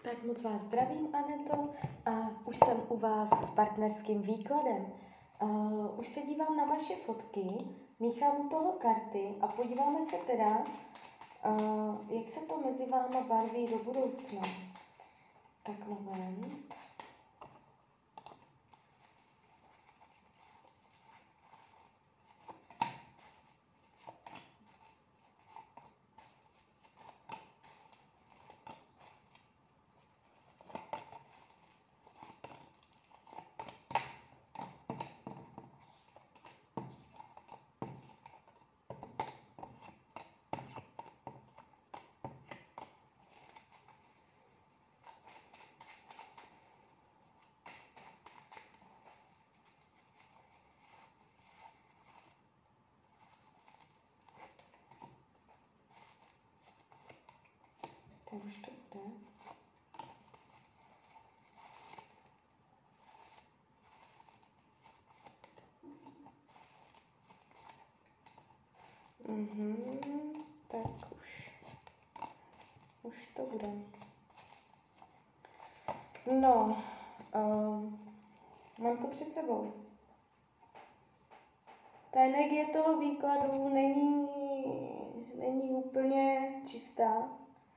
Tak moc vás zdravím, Aneto. Už jsem u vás s partnerským výkladem. Už se dívám na vaše fotky, míchám u toho karty a podíváme se teda, jak se to mezi váma barví do budoucna. Tak moment. Tak už to bude. Tak už to bude. No, mám to před sebou. Ta energie toho výkladu není úplně čistá.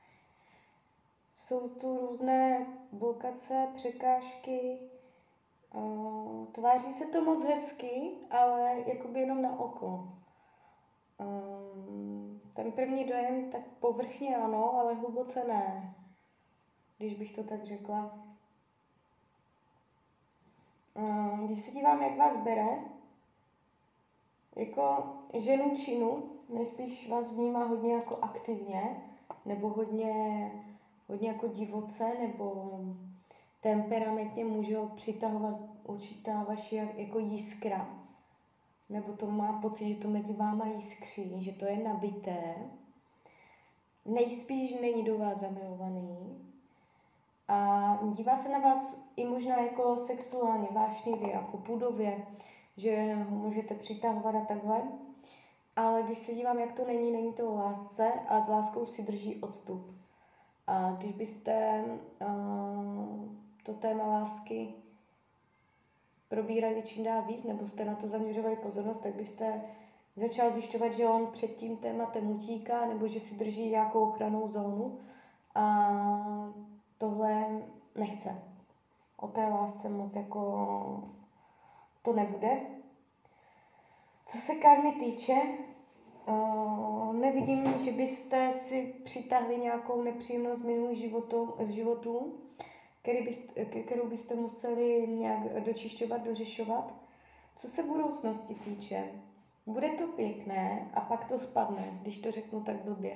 Jsou tu různé blokace, překážky. Tváří se to moc hezky, ale jakoby jenom na oko. Ten první dojem tak povrchně ano, ale hluboce ne, když bych to tak řekla. Když se dívám, jak vás bere, jako ženu činu, nejspíš vás vnímá hodně jako aktivně, nebo hodně jako divoce, nebo temperamentně může ho přitahovat určitá vaše jako jiskra. Nebo to má pocit, že to mezi váma jiskří, že to je nabité. Nejspíš není do vás zamilovaný. A dívá se na vás i možná jako sexuálně, vášnivě, jako pudově, že ho můžete přitahovat a takhle. Ale když se dívám, jak to není to o lásce a s láskou si drží odstup. A když byste to téma lásky probírali čím dál víc, nebo jste na to zaměřovali pozornost, tak byste začal zjišťovat, že on před tím tématem utíká, nebo že si drží nějakou ochrannou zónu a tohle nechce. O té lásce moc jako to nebude. Co se karmy týče, nevidím, že byste si přitáhli nějakou nepříjemnost z minulých životů, kterou byste museli nějak dočišťovat, dořešovat. Co se budoucnosti týče, bude to pěkné a pak to spadne, když to řeknu tak blbě.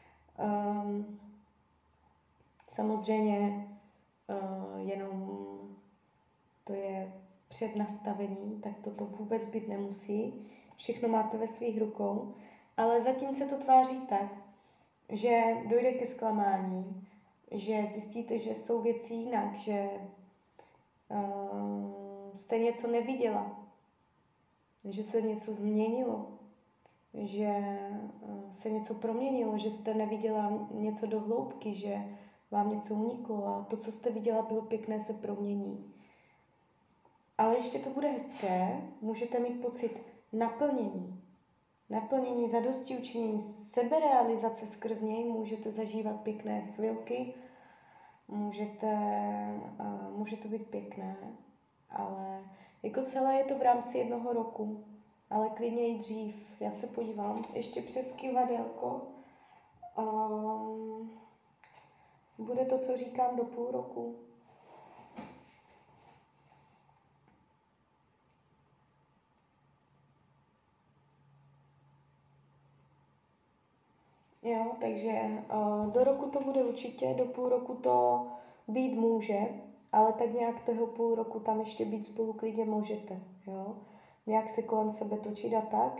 Samozřejmě jenom to je přednastavení, tak toto vůbec být nemusí. Všechno máte ve svých rukou, ale zatím se to tváří tak, že dojde ke zklamání, že zjistíte, že jsou věci jinak, že jste něco neviděla, že se něco změnilo, že se něco proměnilo, že jste neviděla něco do hloubky, že vám něco uniklo a to, co jste viděla, bylo pěkné, se promění. Ale ještě to bude hezké, můžete mít pocit naplnění, zadostiučinění, seberealizace skrz něj, můžete zažívat pěkné chvilky, může to být pěkné, ale jako celé je to v rámci 1 roku, ale klidně i dřív. Já se podívám ještě přes kivadelko. Bude to, co říkám, do půl roku. Jo, takže do roku to bude určitě, do půl roku to být může, ale tak nějak toho půl roku tam ještě být spolu klidně můžete, jo. Nějak se kolem sebe točit a tak.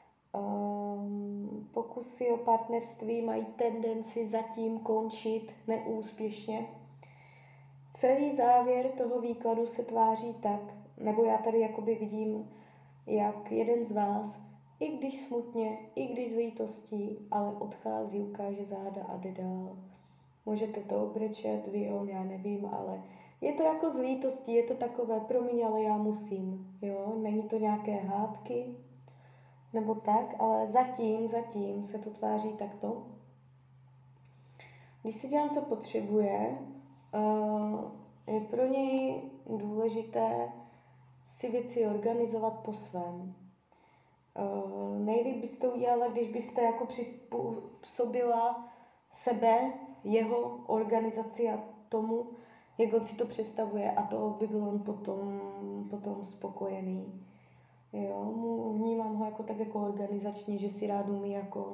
Pokusy o partnerství mají tendenci zatím končit neúspěšně. Celý závěr toho výkladu se tváří tak, nebo já tady jakoby vidím, jak jeden z vás, i když smutně, i když s lítostí, ale odchází, ukáže záda a jde dál. Můžete to obrečet, vy on, já nevím, ale je to jako z lítosti, je to takové, promiň, ale já musím, jo, není to nějaké hádky, nebo tak, ale zatím se to tváří takto. Když se dělám, co potřebuje, je pro něj důležité si věci organizovat po svém. Nejlíp byste udělala, když byste jako přizpůsobila sebe, jeho organizaci a tomu, jak on si to představuje, a to by byl on potom spokojený. Jo, vnímám ho jako tak jako organizačně, že si rád umí jako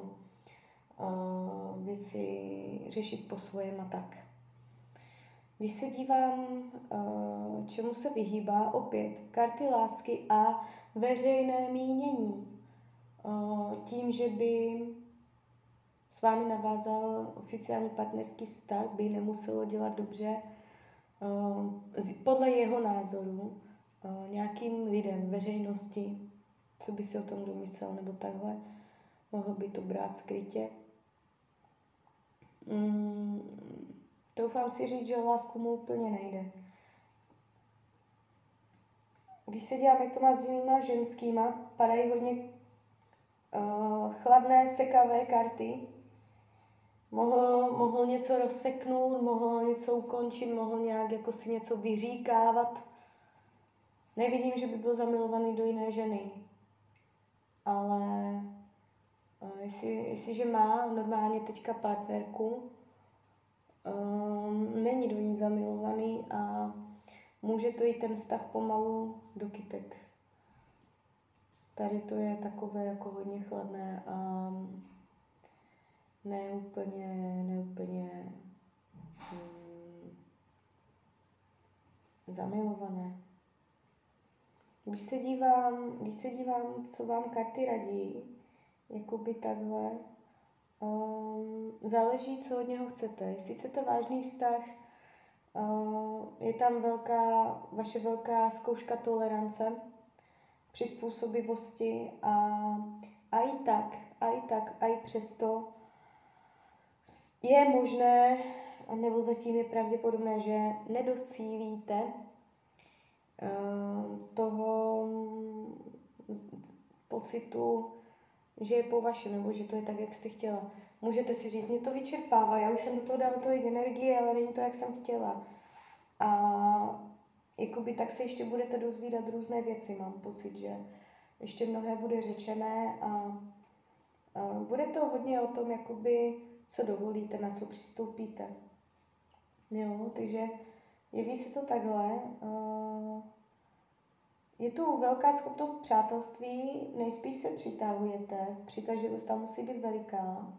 věci řešit po svém a tak. Když se dívám, čemu se vyhýbá, opět karty lásky a veřejné mínění. Tím, že by s vámi navázal oficiální partnerský vztah, by nemuselo dělat dobře podle jeho názoru nějakým lidem, veřejnosti, co by si o tom domyslel, nebo takhle. Mohl by to brát skrytě. Doufám si říct, že o lásku mu úplně nejde. Když se dívám, jak to má s jinýma ženskýma, padají hodně chladné, sekavé karty. Mohl něco rozseknout, mohl něco ukončit, mohl nějak jako si něco vyříkávat. Nevidím, že by byl zamilovaný do jiné ženy. Ale jestliže má normálně teďka partnerku, není do ní zamilovaný a může to jít ten vztah pomalu do kytek. Tady to je takové jako hodně chladné a neúplně zamilované. Když se dívám, co vám karty radí, jakoby takhle, záleží, co od něho chcete. Jestli chcete vážný vztah, je tam vaše velká zkouška tolerance, přizpůsobivosti a i přesto je možné, nebo zatím je pravděpodobné, že nedocílíte toho pocitu, že je po vašem, nebo že to je tak, jak jste chtěla. Můžete si říct, mě to vyčerpává, já už jsem do toho dala tolik energie, ale není to, jak jsem chtěla. A jakoby tak se ještě budete dozvídat různé věci, mám pocit, že ještě mnohé bude řečené a bude to hodně o tom, jakoby, co dovolíte, na co přistoupíte. Jo, takže jeví se to takhle. Je tu velká schopnost přátelství, nejspíš se přitahujete, přitažlivost tam musí být veliká.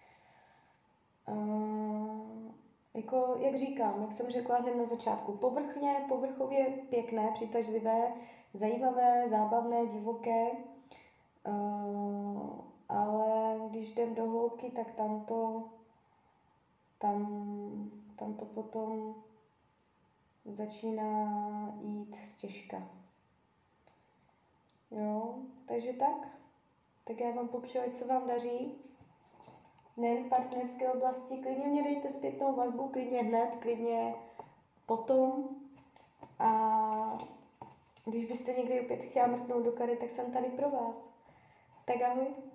Jako, jak říkám, jak jsem řekla hned na začátku, povrchově pěkné, přitažlivé, zajímavé, zábavné, divoké, ale když jdem do hloubky, tak tam to potom začíná jít stěžka. Jo, takže tak já vám popřeju, ať se vám daří, nejen v partnerské oblasti, klidně mě dejte zpětnou vazbu, klidně hned, klidně potom a když byste někdy opět chtěla mrknout do karet, tak jsem tady pro vás. Tak ahoj.